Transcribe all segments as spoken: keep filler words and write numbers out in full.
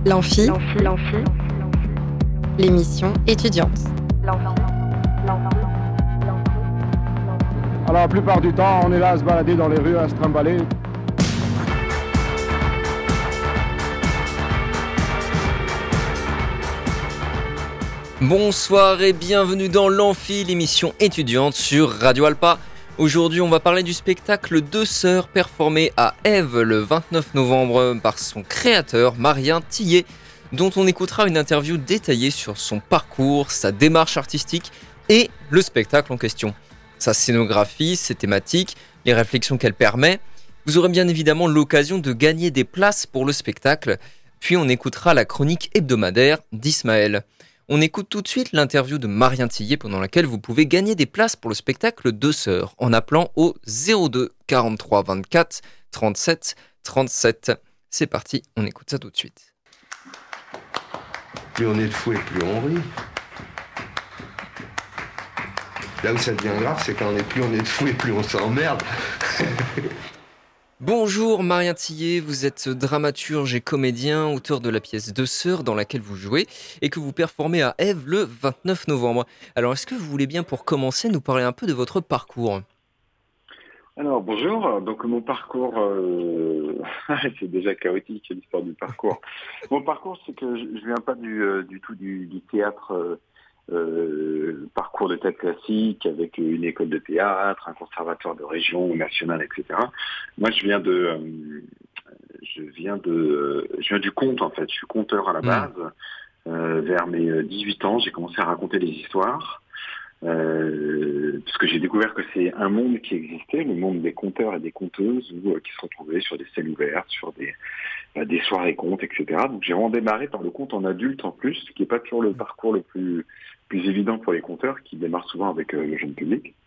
L'Amphi, l'émission étudiante. Alors la plupart du temps, on est là à se balader dans les rues, à se trimballer. Bonsoir et bienvenue dans l'Amphi, l'émission étudiante sur Radio Alpa. Aujourd'hui, on va parler du spectacle Deux Sœurs performé à Ève le vingt-neuf novembre par son créateur Marien Tillet, dont on écoutera une interview détaillée sur son parcours, sa démarche artistique et le spectacle en question. Sa scénographie, ses thématiques, les réflexions qu'elle permet. Vous aurez bien évidemment l'occasion de gagner des places pour le spectacle, puis on écoutera la chronique hebdomadaire d'Ismaël. On écoute tout de suite l'interview de Marien Tillet pendant laquelle vous pouvez gagner des places pour le spectacle Deux Sœurs en appelant au zéro deux quarante-trois vingt-quatre trente-sept trente-sept. C'est parti, on écoute ça tout de suite. Plus on est de fou et plus on rit. Là où ça devient grave, c'est quand on est plus on est de fou et plus on s'emmerde. Bonjour Marien Tillet, vous êtes dramaturge et comédien, auteur de la pièce Deux Sœurs dans laquelle vous jouez et que vous performez à Ève le vingt-neuf novembre. Alors est-ce que vous voulez bien pour commencer nous parler un peu de votre parcours ? Alors bonjour, donc mon parcours, euh... c'est déjà chaotique l'histoire du parcours. Mon parcours, c'est que je ne viens pas du, euh, du tout du, du théâtre, euh, euh, parcours de théâtre classique avec une école de théâtre, un conservatoire de région, national, et cetera. Moi, je viens de, euh, je viens de, euh, je viens du conte en fait. Je suis conteur à la base. Mmh. Euh, vers mes dix-huit ans, j'ai commencé à raconter des histoires. Euh, parce que j'ai découvert que c'est un monde qui existait, le monde des conteurs et des conteuses, où, euh, qui se retrouvaient sur des scènes ouvertes, sur des, euh, des soirées contes, et cetera. Donc j'ai vraiment démarré par le conte en adulte en plus, ce qui n'est pas toujours le parcours le plus, plus évident pour les conteurs, qui démarrent souvent avec euh, le jeune public.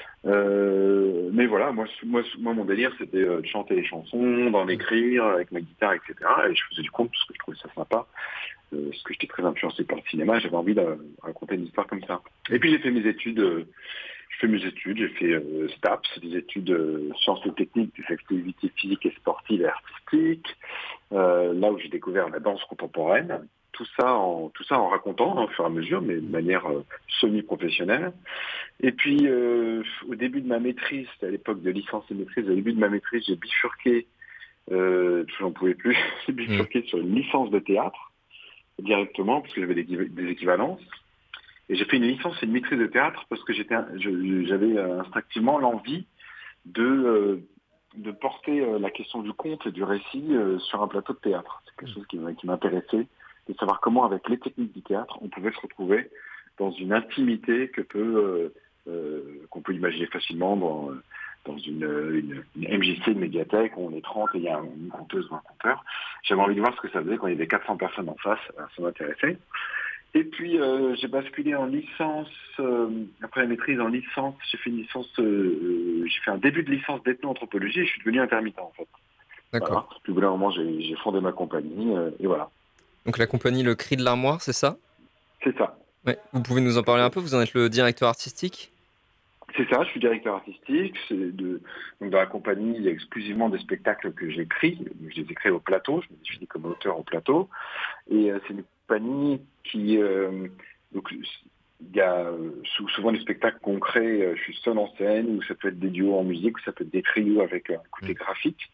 Euh, mais voilà, moi, moi, moi mon délire c'était de chanter les chansons, d'en écrire avec ma guitare, et cetera. Et je faisais du conte parce que je trouvais ça sympa. Euh, parce que j'étais très influencé par le cinéma, j'avais envie de raconter une histoire comme ça. Et puis j'ai fait mes études, euh, j'ai fait mes études, j'ai fait euh, STAPS, des études euh, sciences et techniques, des activités physiques et sportives et artistiques, euh, là où j'ai découvert la danse contemporaine, tout ça en, tout ça en racontant hein, au fur et à mesure, mais de manière euh, semi-professionnelle. Et puis euh, au début de ma maîtrise, c'était à l'époque de licence et maîtrise, au début de ma maîtrise, j'ai bifurqué, euh, j'en pouvais plus, j'ai bifurqué mmh. sur une licence de théâtre, directement, parce que j'avais des, des équivalences. Et j'ai fait une licence et une maîtrise de théâtre parce que j'étais, je, j'avais instinctivement l'envie de, euh, de porter euh, la question du conte et du récit euh, sur un plateau de théâtre. C'est quelque chose qui, qui m'intéressait, de savoir comment, avec les techniques du théâtre, on pouvait se retrouver dans une intimité que peut, euh, euh, qu'on peut imaginer facilement dans, dans une, une, une M J C, une médiathèque, où on est trente et il y a une conteuse ou un conteur. J'avais envie de voir ce que ça faisait quand il y avait quatre cents personnes en face, ça m'intéressait. Et puis euh, j'ai basculé en licence, euh, après la maîtrise en licence, j'ai fait une licence, euh, j'ai fait un début de licence d'ethno-anthropologie et je suis devenu intermittent en fait. D'accord. Voilà. Puis au bout d'un moment j'ai, j'ai fondé ma compagnie euh, et voilà. Donc la compagnie Le Cri de l'Armoire, c'est ça ? C'est ça. Ouais. Vous pouvez nous en parler un peu, vous en êtes le directeur artistique ? C'est ça, je suis directeur artistique. C'est de, donc dans la compagnie, il y a exclusivement des spectacles que j'écris. Je les écris au plateau, je me définis comme auteur au plateau. Et euh, c'est une compagnie qui... Euh, donc, il y a euh, souvent des spectacles concrets, euh, je suis seul en scène, ou ça peut être des duos en musique, ou ça peut être des trios avec un côté graphique.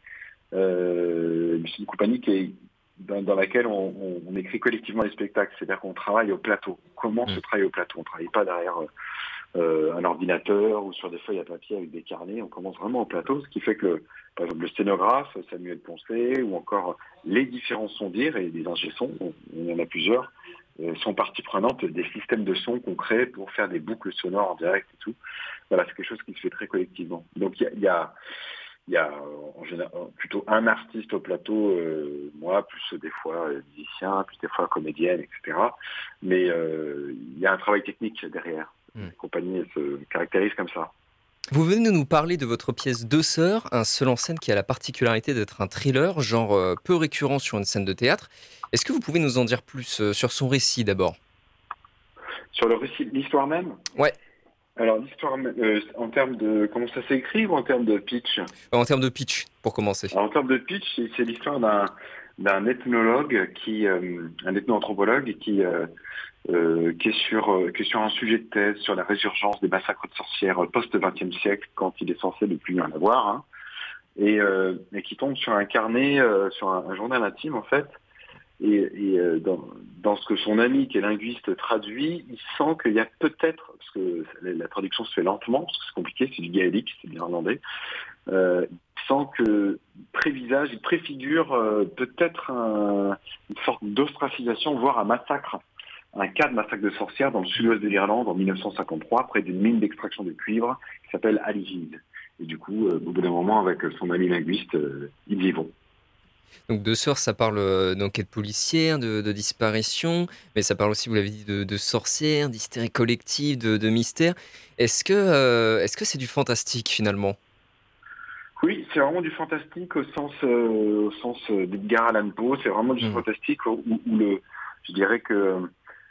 Euh, c'est une compagnie qui est, dans, dans laquelle on, on, on écrit collectivement les spectacles, c'est-à-dire qu'on travaille au plateau. Comment mmh. se travaille au plateau ? On ne travaille pas derrière... Euh, Euh, un ordinateur ou sur des feuilles à papier avec des carnets, on commence vraiment au plateau, ce qui fait que, par exemple, le scénographe, Samuel Poncelet, ou encore les différents sons-dires et les ingé-sons, il y en a plusieurs, euh, sont partie prenante des systèmes de sons qu'on crée pour faire des boucles sonores en direct et tout. Voilà, c'est quelque chose qui se fait très collectivement. Donc il y a, y a Il y a en général plutôt un artiste au plateau, euh, moi, plus des fois euh, musicien, plus des fois comédienne, et cetera. Mais euh, il y a un travail technique derrière. Mmh. La compagnie se caractérise comme ça. Vous venez de nous parler de votre pièce Deux Sœurs, un seul en scène qui a la particularité d'être un thriller, genre euh, peu récurrent sur une scène de théâtre. Est-ce que vous pouvez nous en dire plus euh, sur son récit d'abord ? Sur le récit, l'histoire même ? Ouais. Alors l'histoire, euh, en termes de comment ça s'écrit ou en termes de pitch? En termes de pitch, pour commencer. Alors, en termes de pitch, c'est, c'est l'histoire d'un, d'un ethnologue qui, euh, un ethno-anthropologue qui, euh, euh, qui est sur, euh, qui est sur un sujet de thèse sur la résurgence des massacres de sorcières post-vingtième siècle, quand il est censé ne plus y en avoir, hein, et, euh, et qui tombe sur un carnet, euh, sur un, un journal intime en fait. Et, et euh, dans, dans ce que son ami, qui est linguiste, traduit, il sent qu'il y a peut-être, parce que la traduction se fait lentement, parce que c'est compliqué, c'est du gaélique, c'est du néerlandais, euh, il sent que il prévisage, il préfigure euh, peut-être un, une sorte d'ostracisation, voire un massacre, un cas de massacre de sorcières dans le sud-ouest de l'Irlande en mille neuf cent cinquante-trois, près d'une mine d'extraction de cuivre qui s'appelle Alighid. Et du coup, euh, au bout d'un moment, avec son ami linguiste, euh, ils y vont. Donc Deux Sœurs, ça parle euh, d'enquête policière, de, de disparition, mais ça parle aussi, vous l'avez dit, de, de sorcières, d'hystérie collective, de, de mystère. Est-ce que, euh, est-ce que c'est du fantastique finalement? Oui, c'est vraiment du fantastique au sens, euh, au sens euh, d'Edgar Allan Poe. C'est vraiment du Mhm. fantastique où, où le, je dirais que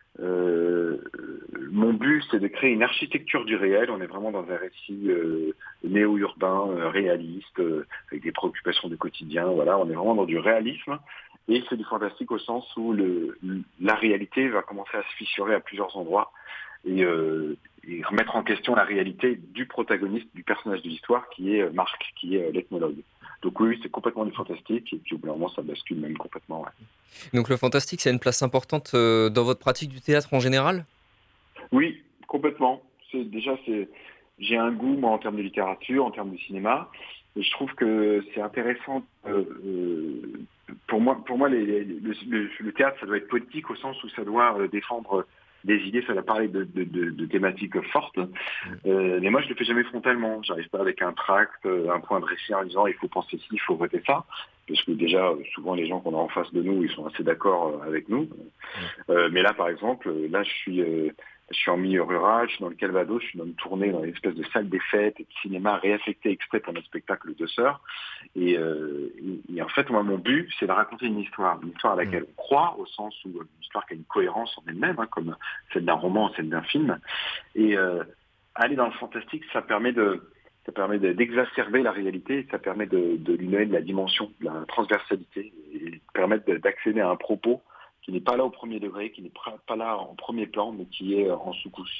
euh, mon but, c'est de créer une architecture du réel. On est vraiment dans un récit euh, néo-urbain, euh, réaliste, euh, avec des préoccupations du quotidien. Voilà, on est vraiment dans du réalisme. Et c'est du fantastique au sens où le, la réalité va commencer à se fissurer à plusieurs endroits et, euh, et remettre en question la réalité du protagoniste, du personnage de l'histoire, qui est euh, Marc, qui est euh, l'ethnologue. Donc oui, c'est complètement du fantastique, et puis au bout d'un moment, ça bascule même complètement. Ouais. Donc le fantastique, c'est une place importante euh, dans votre pratique du théâtre en général? Oui, complètement. C'est, déjà, c'est, j'ai un goût, moi, en termes de littérature, en termes de cinéma, et je trouve que c'est intéressant. Euh, euh, pour moi, pour moi les, les, le, le, le théâtre, ça doit être politique au sens où ça doit euh, défendre des idées, ça doit parler de, de, de, de thématiques fortes. Euh, mais moi, je le fais jamais frontalement. J'arrive pas avec un tract, un point de récit en disant il faut penser ci, il faut voter ça. Parce que déjà, souvent, les gens qu'on a en face de nous, ils sont assez d'accord avec nous. Euh, mais là, par exemple, là, je suis, euh, je suis en milieu rural, je suis dans le Calvados, je suis dans une tournée dans une espèce de salle des fêtes et de cinéma réaffecté exprès pour notre spectacle Deux Sœurs. Et, euh, et, et en fait, moi, mon but, c'est de raconter une histoire, une histoire à laquelle on croit, au sens où une histoire qui a une cohérence en elle-même, hein, comme celle d'un roman, celle d'un film. Et euh, aller dans le fantastique, ça permet de ça permet de, d'exacerber la réalité, ça permet de, de lui donner de la dimension, de la transversalité, et permettre de, d'accéder à un propos qui n'est pas là au premier degré, qui n'est pas là en premier plan, mais qui est en sous-couche.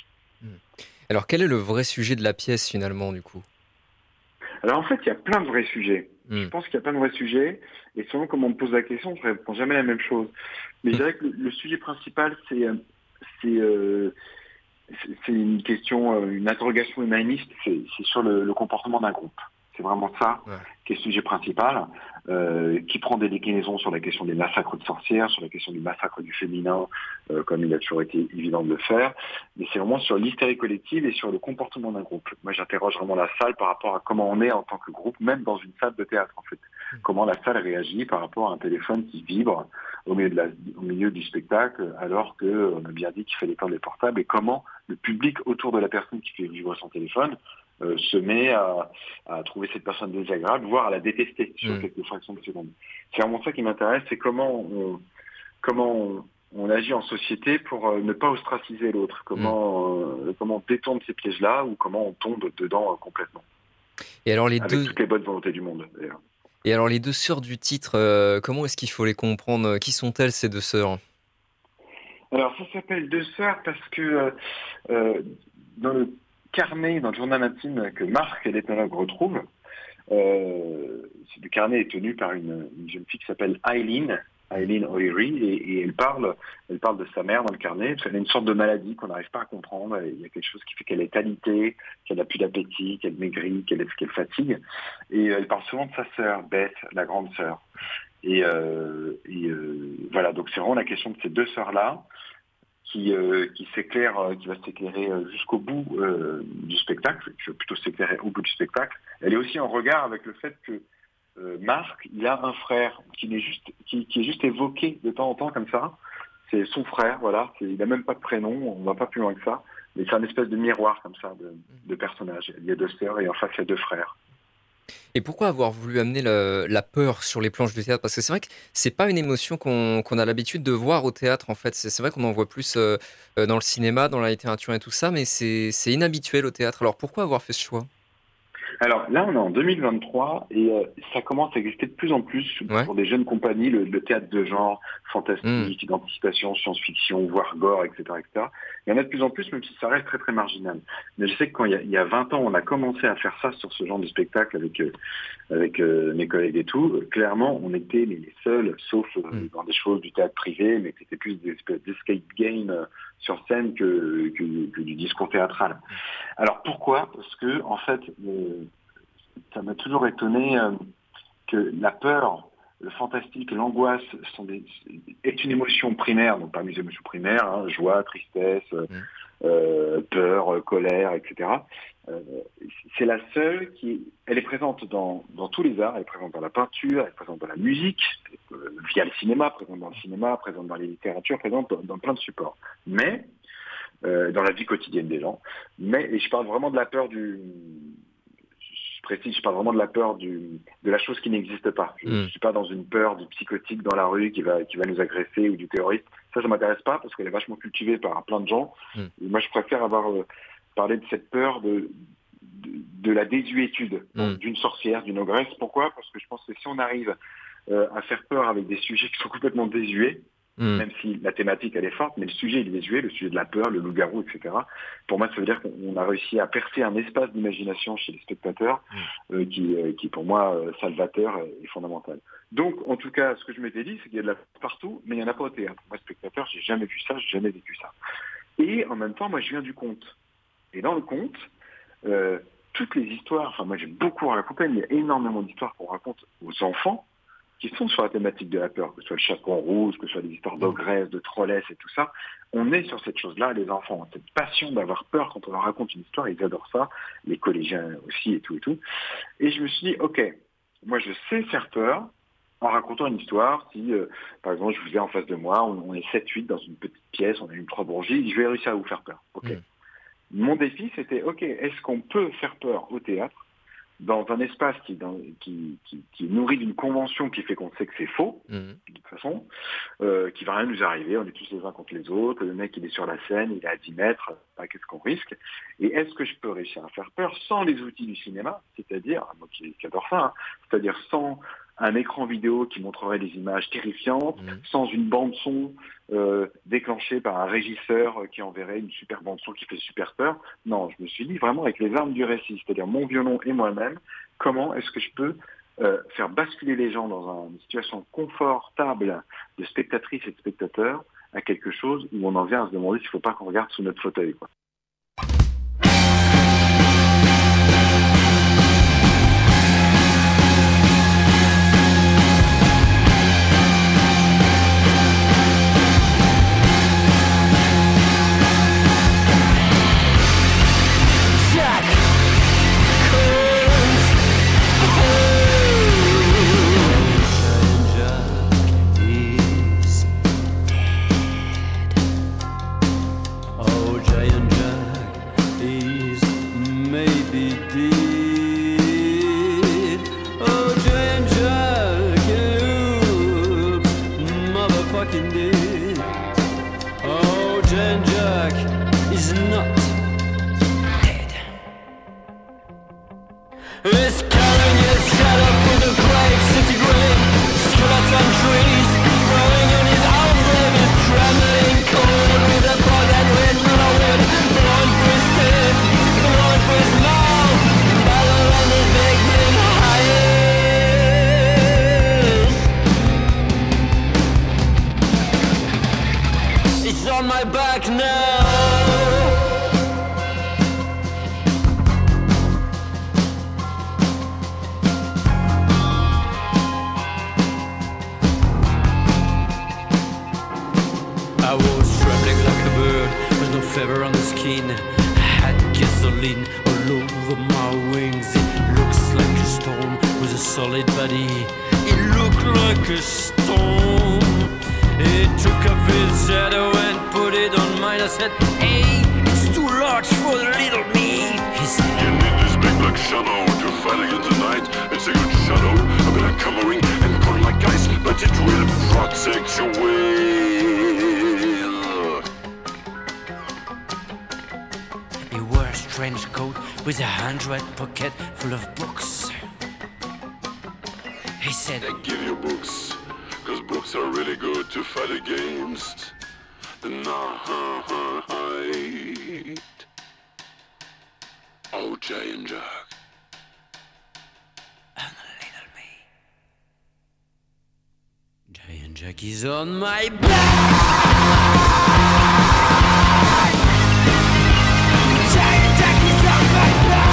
Alors quel est le vrai sujet de la pièce finalement du coup? Alors en fait, il y a plein de vrais sujets. Mm. Je pense qu'il y a plein de vrais sujets, et selon comment on me pose la question, je ne réponds jamais la même chose. Mais je dirais que le, le sujet principal, c'est, c'est, euh, c'est, c'est une question, une interrogation humaniste, c'est, c'est sur le, le comportement d'un groupe. C'est vraiment ça Ouais. qui est le sujet principal, euh, qui prend des déclinaisons sur la question des massacres de sorcières, sur la question du massacre du féminin, euh, comme il a toujours été évident de le faire. Mais c'est vraiment sur l'hystérie collective et sur le comportement d'un groupe. Moi, j'interroge vraiment la salle par rapport à comment on est en tant que groupe, même dans une salle de théâtre, en fait. Mmh. Comment la salle réagit par rapport à un téléphone qui vibre au milieu, de la, au milieu du spectacle, alors qu'on a bien dit qu'il fallait éteindre les portables, et comment le public autour de la personne qui fait vibrer son téléphone Euh, se met à, à trouver cette personne désagréable, voire à la détester sur mmh. quelques fractions de secondes. C'est vraiment ça qui m'intéresse, c'est comment on, comment on, on agit en société pour euh, ne pas ostraciser l'autre, comment, mmh. euh, comment détourne ces pièges-là ou comment on tombe dedans euh, complètement. Et alors les Avec deux... toutes les bonnes volontés du monde, d'ailleurs. Et alors les deux sœurs du titre, euh, comment est-ce qu'il faut les comprendre? Qui sont-elles ces deux sœurs? Alors ça s'appelle Deux Sœurs parce que euh, euh, dans le carnet, dans le journal intime que Marc, l'ethnologue, retrouve, euh, le carnet est tenu par une, une jeune fille qui s'appelle Eileen, Eileen O'Leary, et, et elle parle, elle parle de sa mère dans le carnet, parce qu'elle a une sorte de maladie qu'on n'arrive pas à comprendre, et il y a quelque chose qui fait qu'elle est alitée, qu'elle n'a plus d'appétit, qu'elle maigrit, qu'elle, qu'elle fatigue, et elle parle souvent de sa sœur, Beth, la grande sœur. Et, euh, et euh, voilà, donc c'est vraiment la question de ces deux sœurs-là, qui, euh, qui s'éclaire, euh, qui va s'éclairer euh, jusqu'au bout euh, du spectacle, qui va plutôt s'éclairer au bout du spectacle. Elle est aussi en regard avec le fait que euh, Marc, il a un frère qui est juste, qui, qui est juste évoqué de temps en temps comme ça. C'est son frère, voilà. C'est, il n'a même pas de prénom, on va pas plus loin que ça. Mais c'est un espèce de miroir comme ça de, de personnages. Il y a deux sœurs et en face il y a deux frères. Et pourquoi avoir voulu amener le- la peur sur les planches du théâtre? Parce que c'est vrai que c'est pas une émotion qu'on qu'on a l'habitude de voir au théâtre, en fait. C'est c'est vrai qu'on en voit plus euh, euh, dans le cinéma, dans la littérature et tout ça, mais c'est c'est inhabituel au théâtre. Alors pourquoi avoir fait ce choix? Alors là, on est en deux mille vingt-trois et euh, ça commence à exister de plus en plus Ouais. pour des jeunes compagnies, le, le théâtre de genre, Mm. fantastique, d'anticipation, science-fiction, voire gore, et cetera, et cetera. Il y en a de plus en plus, même si ça reste très très marginal. Mais je sais que quand il y a, il y a vingt ans, on a commencé à faire ça sur ce genre de spectacle avec euh, avec euh, mes collègues et tout, euh, clairement, on était les, les seuls, sauf euh, Mm. dans des choses du théâtre privé, mais c'était plus des espèces d'escape game euh, sur scène que, que, que du discours théâtral. Alors pourquoi? Parce que en fait, euh, ça m'a toujours étonné euh, que la peur, le fantastique, l'angoisse sont des, est une émotion primaire, donc parmi les émotions primaires, hein, joie, tristesse, euh, Mm. euh, peur, euh, colère, et cetera. Euh, c'est la seule qui, elle est présente dans, dans tous les arts, elle est présente dans la peinture, elle est présente dans la musique, euh, via le cinéma, présente dans le cinéma, présente dans les littératures, présente dans, dans plein de supports. Mais euh, dans la vie quotidienne des gens. Mais et je parle vraiment de la peur du, je précise, je parle vraiment de la peur du, de la chose qui n'existe pas. Je ne Mm. suis pas dans une peur du psychotique dans la rue qui va, qui va nous agresser ou du terroriste. Ça, ça m'intéresse pas parce qu'elle est vachement cultivée par plein de gens. Mm. Et moi, je préfère avoir euh, parlé de cette peur de, de, de la désuétude Mm. d'une sorcière, d'une ogresse. Pourquoi? Parce que je pense que si on arrive euh, à faire peur avec des sujets qui sont complètement désuets, Mm. même si la thématique elle est forte, mais le sujet il est désuet, le sujet de la peur, le loup-garou, et cetera. Pour moi, ça veut dire qu'on a réussi à percer un espace d'imagination chez les spectateurs euh, qui, euh, qui, pour moi, euh, salvateur et fondamental. Donc, en tout cas, ce que je m'étais dit, c'est qu'il y a de la peur partout, mais il n'y en a pas au théâtre. Moi, spectateur, j'ai jamais vu ça, j'ai jamais vécu ça. Et en même temps, moi, je viens du conte. Et dans le conte, euh, toutes les histoires, enfin, moi, j'ai beaucoup raconté, mais il y a énormément d'histoires qu'on raconte aux enfants qui sont sur la thématique de la peur, que ce soit le chaperon rouge, que ce soit des histoires d'ogresse, de trollesse et tout ça. On est sur cette chose-là, les enfants ont cette passion d'avoir peur quand on leur raconte une histoire, ils adorent ça, les collégiens aussi et tout et tout. Et je me suis dit, ok, moi je sais faire peur en racontant une histoire. Si, euh, par exemple, je vous ai en face de moi, on, on est sept huit dans une petite pièce, on a une trois bourgies, je vais réussir à vous faire peur. Ok. Mm. Mon défi, c'était, ok, est-ce qu'on peut faire peur au théâtre dans un espace qui, dans, qui, qui, qui est nourri d'une convention qui fait qu'on sait que c'est faux, Mm. de toute façon, euh, qui va rien nous arriver, on est tous les uns contre les autres, le mec il est sur la scène, il est à dix mètres, bah, qu'est-ce qu'on risque? Et est-ce que je peux réussir à faire peur sans les outils du cinéma, c'est-à-dire, moi qui, qui adore ça, hein, c'est-à-dire sans un écran vidéo qui montrerait des images terrifiantes, Mm. sans une bande son euh, déclenchée par un régisseur euh, qui enverrait une super bande son qui fait super peur. Non, je me suis dit vraiment avec les armes du récit, c'est-à-dire mon violon et moi-même, comment est-ce que je peux euh, faire basculer les gens dans un- une situation confortable de spectatrice et de spectateur à quelque chose où on en vient à se demander s'il ne faut pas qu'on regarde sous notre fauteuil, quoi. Oh, Giant Jack is maybe dead. Oh, Giant Jack, he looks motherfucking dead. Oh, Giant Jack is not dead. It's carrying his shadow through the grave, city grave, skeleton trees, growing on his own grave is trembling cold with a fog and wind blowing, blowing for his teeth, blowing for his mouth, battle on his big big highest. It's on my back now. I was trembling like a bird with no feather on the skin. I had gasoline all over my wings. It looks like a stone with a solid body. It looked like a stone. It took off his shadow and put it on mine. I said, hey, it's too large for the little me. He said, Give me this big black shadow to fighting in the night. It's a good shadow, a bit of covering and burn like ice, but it will protect your will. He wore a strange coat with a hundred pocket full of books. He said, I give you books, cause books are really good to fight against the night. Oh, Giant Jack. And little me. Giant Jack is on my back. Giant Jack is on my back.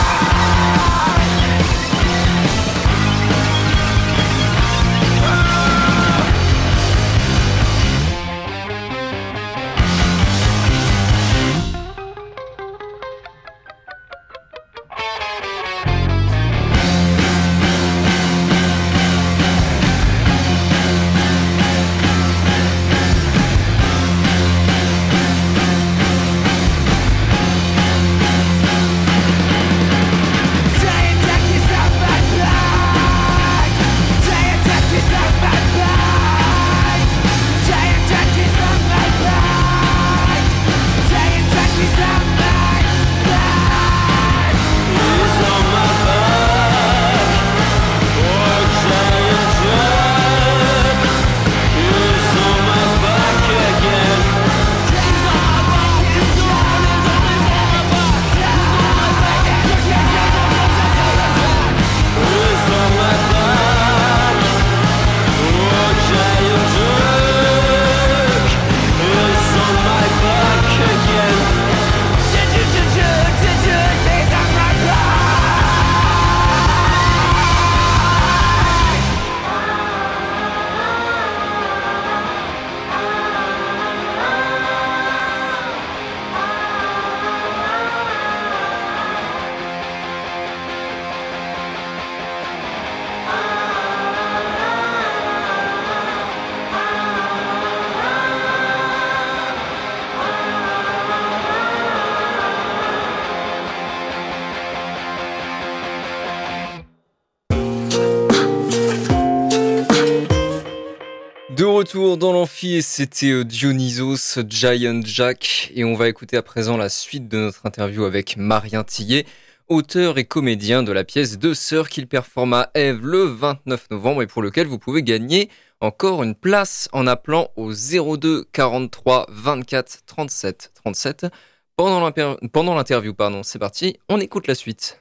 De retour dans l'amphi, et c'était Dionysos, Giant Jack, et on va écouter à présent la suite de notre interview avec Marien Tillet, auteur et comédien de la pièce Deux sœurs qu'il performe à Ève le vingt-neuf novembre et pour lequel vous pouvez gagner encore une place en appelant au zéro deux quarante-trois vingt-quatre trente-sept trente-sept pendant, l'imper... pendant l'interview. Pardon, c'est parti, on écoute la suite.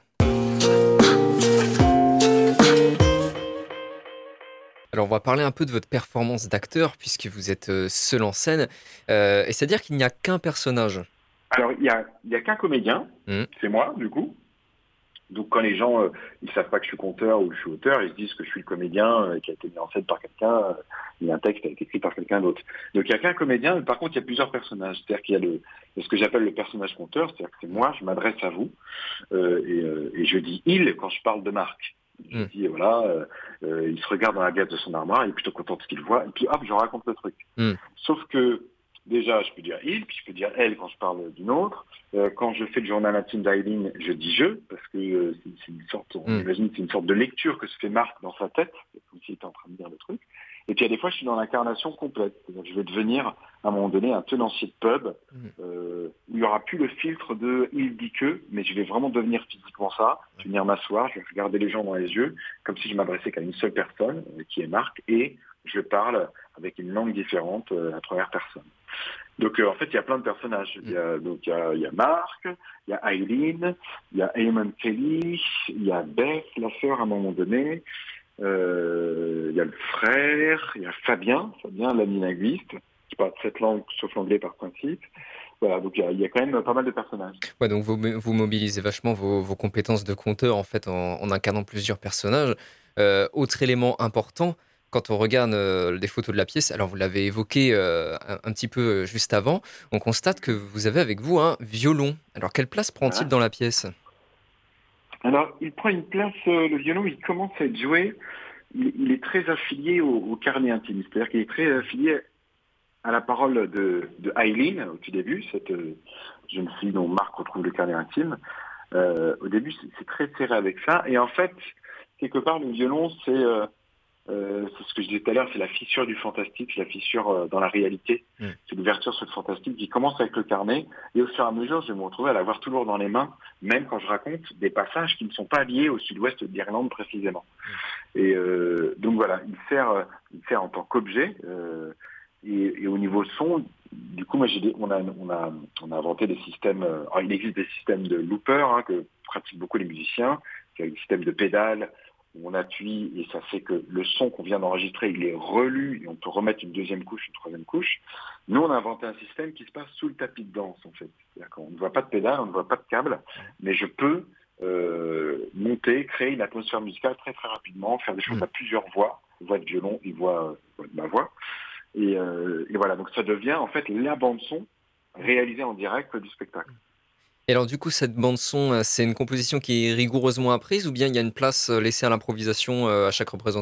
Alors on va parler un peu de votre performance d'acteur puisque vous êtes euh, seul en scène, euh, et c'est-à-dire qu'il n'y a qu'un personnage. Alors, il n'y a, il y a qu'un comédien, Mmh. c'est moi, du coup. Donc, quand les gens, euh, ils savent pas que je suis conteur ou que je suis auteur, ils se disent que je suis le comédien euh, qui a été mis en scène par quelqu'un, euh, et un texte a été écrit par quelqu'un d'autre. Donc, il n'y a qu'un comédien, mais par contre, il y a plusieurs personnages. C'est-à-dire qu'il y a le, ce que j'appelle le personnage conteur, c'est-à-dire que c'est moi, je m'adresse à vous, euh, et, euh, et je dis « il » quand je parle de Marc. Je Mm. dis, voilà, euh, euh, il se regarde dans la glace de son armoire, il est plutôt content de ce qu'il voit, et puis hop, je raconte le truc. Mm. Sauf que, déjà, je peux dire il, puis je peux dire elle quand je parle d'une autre. Euh, quand je fais le journal intime d'Aileen, je dis je, parce que euh, c'est, c'est une sorte, on Mm. imagine que c'est une sorte de lecture que se fait Marc dans sa tête, comme s'il était en train de lire le truc. Et puis, il y a des fois, je suis dans l'incarnation complète. C'est-à-dire que je vais devenir, à un moment donné, un tenancier de pub, Mm. euh, où il n'y aura plus le filtre de il dit que, mais je vais vraiment devenir physiquement ça. Je vais venir m'asseoir, je vais regarder les gens dans les yeux, comme si je m'adressais qu'à une seule personne, euh, qui est Marc, et je parle avec une langue différente euh, à travers personne. Donc euh, en fait, il y a plein de personnages. Il y a, donc il y a, il y a Marc, il y a Aileen, il y a Eamon Kelly, il y a Beth, la sœur à un moment donné, euh, il y a le frère, il y a Fabien, Fabien l'ami linguiste, qui parle sept langues sauf l'anglais par principe. Voilà, donc il y, a, il y a quand même pas mal de personnages. Ouais, donc vous, vous mobilisez vachement vos, vos compétences de conteur en fait en, en incarnant plusieurs personnages. Euh, autre élément important, quand on regarde euh, des photos de la pièce, alors vous l'avez évoqué euh, un, un petit peu euh, juste avant, on constate que vous avez avec vous un violon. Alors quelle place prend-il Voilà. dans la pièce ? Alors, il prend une place, euh, le violon, il commence à être joué, il, il est très affilié au, au carnet intime, c'est-à-dire qu'il est très affilié à la parole de, de Aileen, au tout début, cette euh, jeune fille dont Marc retrouve le carnet intime. Euh, au début, c'est, c'est très serré avec ça. Et en fait, quelque part, le violon, c'est, euh, euh, c'est ce que je disais tout à l'heure, c'est la fissure du fantastique, c'est la fissure euh, dans la réalité. Mmh. C'est l'ouverture sur le fantastique qui commence avec le carnet. Et au fur et à mesure, je vais me retrouver à l'avoir toujours dans les mains, même quand je raconte des passages qui ne sont pas liés au sud-ouest d'Irlande précisément. Mmh. Et euh, donc voilà, il sert, il sert en tant qu'objet. Euh, et, et au niveau son, du coup, moi, j'ai des, on a, on a, on a inventé des systèmes. Euh, alors, il existe des systèmes de looper hein, que pratiquent beaucoup les musiciens, avec des systèmes de pédales où on appuie et ça fait que le son qu'on vient d'enregistrer, il est relu et on peut remettre une deuxième couche, une troisième couche. Nous, on a inventé un système qui se passe sous le tapis de danse, en fait. C'est-à-dire qu'on ne voit pas de pédale, on ne voit pas de câble, mais je peux euh, monter, créer une atmosphère musicale très très rapidement, faire des choses à plusieurs voix, voix de violon et voix, voix de ma voix. Et, euh, et voilà, donc ça devient en fait la bande-son réalisée en direct du spectacle. Et alors du coup, cette bande-son, c'est une composition qui est rigoureusement apprise ou bien il y a une place laissée à l'improvisation à chaque représentation ?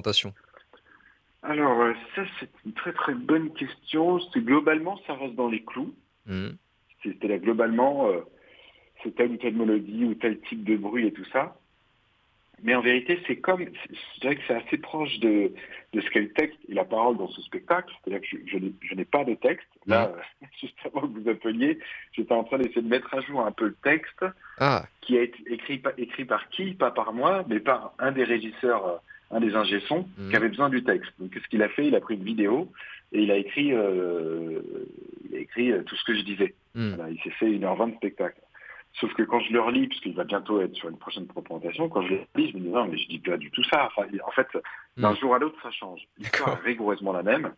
Alors ça, c'est une très très bonne question. C'est globalement, ça reste dans les clous. Mmh. C'est-à-dire globalement, euh, c'est telle ou telle mélodie ou tel type de bruit et tout ça. Mais en vérité, c'est comme, je dirais que c'est assez proche de, de ce qu'est le texte et la parole dans ce spectacle. C'est-à-dire que je, je, n'ai, je n'ai pas de texte. Là, mmh. juste avant que vous appeliez, j'étais en train d'essayer de mettre à jour un peu le texte ah. qui a été écrit, écrit par qui ? Pas par moi, mais par un des régisseurs, un des ingé-sons mmh. qui avait besoin du texte. Donc, qu'est-ce qu'il a fait ? Il a pris une vidéo et il a écrit, euh, il a écrit tout ce que je disais. Mmh. Voilà, il s'est fait une heure vingt de spectacle. Sauf que quand je le relis, parce qu'il va bientôt être sur une prochaine représentation, quand je le relis, je me dis non, mais je dis pas du tout ça. Enfin, en fait, d'un mmh. jour à l'autre, ça change. L'histoire est rigoureusement la même.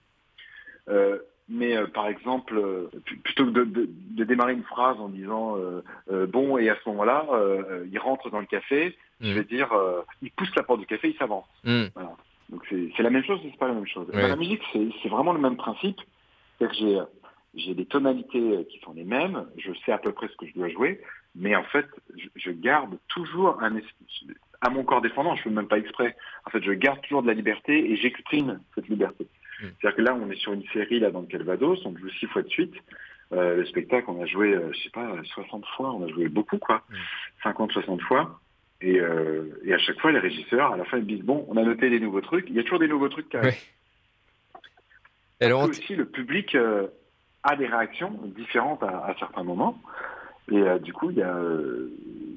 Euh, mais euh, par exemple, euh, plutôt que de, de, de démarrer une phrase en disant euh, euh, bon, et à ce moment-là, euh, il rentre dans le café, mmh. je vais dire euh, il pousse la porte du café, il s'avance. Mmh. Voilà. Donc c'est, c'est la même chose, mais c'est pas la même chose. Ouais. Dans la musique, c'est, c'est vraiment le même principe. C'est-à-dire que j'ai J'ai des tonalités qui sont les mêmes, je sais à peu près ce que je dois jouer, mais en fait, je, je garde toujours un esprit, à mon corps défendant, je ne fais même pas exprès. En fait, je garde toujours de la liberté et j'exprime cette liberté. Mmh. C'est-à-dire que là, on est sur une série là dans le Calvados, on joue six fois de suite. Euh, le spectacle, on a joué, euh, je sais pas, soixante fois, on a joué beaucoup, quoi, mmh. cinquante, soixante fois. Et, euh, et à chaque fois, les régisseurs, à la fin, ils disent bon, on a noté des nouveaux trucs. Il y a toujours des nouveaux trucs qui arrivent. Oui. Et alors, t- aussi, le public. Euh, a des réactions différentes à, à certains moments. Et euh, du coup, il y a, euh,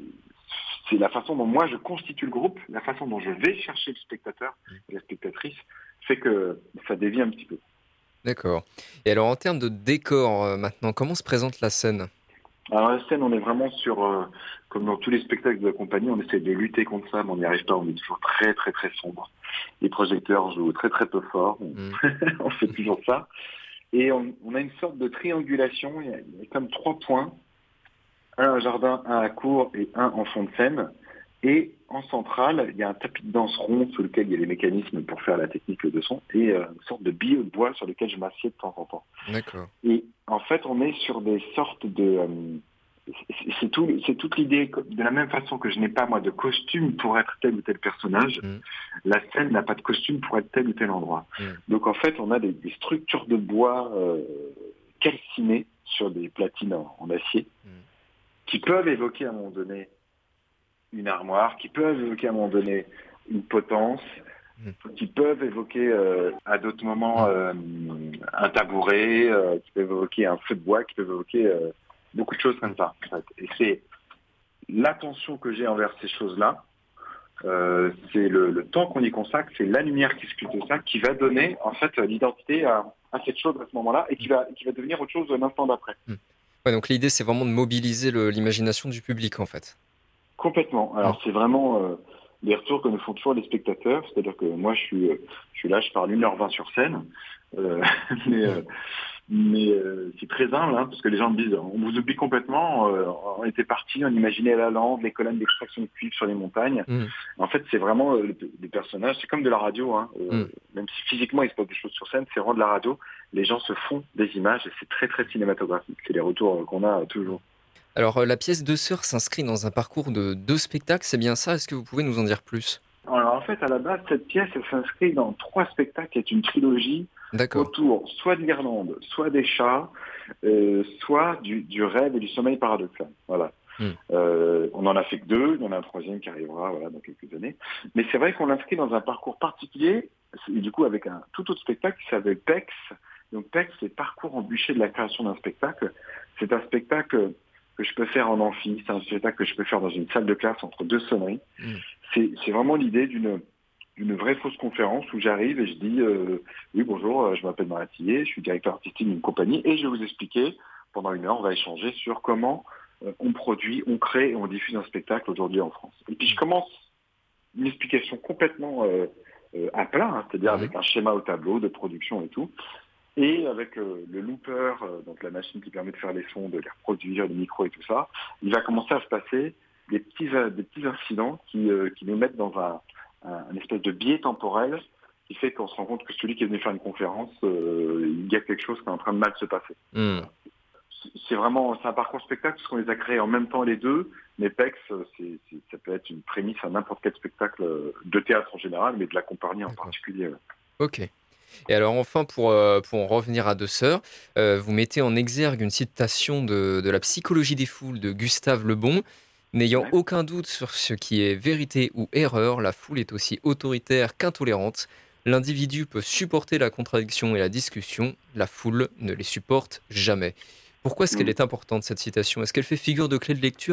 c'est la façon dont moi je constitue le groupe, la façon dont je vais chercher le spectateur et la spectatrice, fait que ça dévie un petit peu. D'accord. Et alors en termes de décor euh, maintenant, comment se présente la scène ? Alors la scène, on est vraiment sur, euh, comme dans tous les spectacles de la compagnie, on essaie de lutter contre ça, mais on n'y arrive pas, on est toujours très très très sombre. Les projecteurs jouent très très peu fort, on, mmh. on fait toujours ça. Et on, on a une sorte de triangulation, il y a, il y a comme trois points, un à jardin, un à cour et un en fond de scène. Et en centrale, il y a un tapis de danse rond sur lequel il y a les mécanismes pour faire la technique de son et euh, une sorte de billet de bois sur lequel je m'assieds de temps en temps. D'accord. Et en fait, on est sur des sortes de... Euh, c'est, c'est, tout, c'est toute l'idée, de la même façon que je n'ai pas, moi, de costume pour être tel ou tel personnage, mmh. la scène n'a pas de costume pour être tel ou tel endroit. Mmh. Donc, en fait, on a des, des structures de bois euh, calcinées sur des platines en, en acier mmh. qui peuvent évoquer à un moment donné une armoire, qui peuvent évoquer à un moment donné une potence, mmh. qui peuvent évoquer euh, à d'autres moments euh, un tabouret, euh, qui peuvent évoquer un feu de bois, qui peuvent évoquer... Euh, beaucoup de choses comme ça. En fait. Et c'est l'attention que j'ai envers ces choses-là, euh, c'est le, le temps qu'on y consacre, c'est la lumière qui sculpte ça, qui va donner en fait l'identité à, à cette chose à ce moment-là et qui va, qui va devenir autre chose l'instant d'après. Ouais, donc l'idée, c'est vraiment de mobiliser le, l'imagination du public, en fait. Complètement. Alors c'est vraiment euh, les retours que nous font toujours les spectateurs, c'est-à-dire que moi je suis, je suis là, je parle une heure vingt sur scène, euh, mais... Euh, Mais euh, c'est très humble, hein, parce que les gens me disent, on vous oublie complètement, euh, on était partis, on imaginait la lande, les colonnes d'extraction de cuivre sur les montagnes. Mmh. En fait, c'est vraiment euh, les personnages, c'est comme de la radio, hein, euh, mmh. même si physiquement il se passe des choses sur scène, c'est vraiment de la radio. Les gens se font des images et c'est très très cinématographique. C'est les retours euh, qu'on a euh, toujours. Alors euh, la pièce Deux Sœurs s'inscrit dans un parcours de deux spectacles, c'est bien ça ? Est-ce que vous pouvez nous en dire plus ? Alors en fait, à la base, cette pièce, elle s'inscrit dans trois spectacles, qui est une trilogie. D'accord. Autour soit de l'Irlande, soit des chats, euh, soit du, du rêve et du sommeil paradoxal. Voilà. Mm. Euh, on en a fait que deux, il y en a un troisième qui arrivera voilà, dans quelques années. Mais c'est vrai qu'on l'inscrit dans un parcours particulier, et du coup avec un tout autre spectacle qui s'appelle P E X. Donc P E X, c'est Parcours embûché de la création d'un spectacle. C'est un spectacle que je peux faire en amphi, c'est un spectacle que je peux faire dans une salle de classe entre deux sonneries. Mm. C'est, c'est vraiment l'idée d'une, d'une vraie fausse conférence où j'arrive et je dis euh, oui bonjour, je m'appelle Marian Tillet, je suis directeur artistique d'une compagnie et je vais vous expliquer, pendant une heure on va échanger sur comment euh, on produit, on crée et on diffuse un spectacle aujourd'hui en France. Et puis je commence une explication complètement euh, euh, à plat, hein, c'est-à-dire mmh. avec un schéma au tableau de production et tout. Et avec euh, le looper, euh, donc la machine qui permet de faire les sons, de les reproduire, les micros et tout ça, il va commencer à se passer des petits, euh, des petits incidents qui, euh, qui nous mettent dans un, un, un espèce de biais temporel qui fait qu'on se rend compte que celui qui est venu faire une conférence, euh, il y a quelque chose qui est en train de mal se passer. Mmh. C'est vraiment c'est un parcours spectacle parce qu'on les a créés en même temps les deux, mais P E X, c'est, c'est, ça peut être une prémisse à n'importe quel spectacle de théâtre en général, mais de la compagnie en D'accord. particulier. Ok. Et alors enfin, pour, euh, pour en revenir à Deux Sœurs, euh, vous mettez en exergue une citation de, de la psychologie des foules de Gustave Le Bon. N'ayant ouais. aucun doute sur ce qui est vérité ou erreur, la foule est aussi autoritaire qu'intolérante. L'individu peut supporter la contradiction et la discussion, la foule ne les supporte jamais. Pourquoi est-ce qu'elle est importante, cette citation ? Est-ce qu'elle fait figure de clé de lecture ?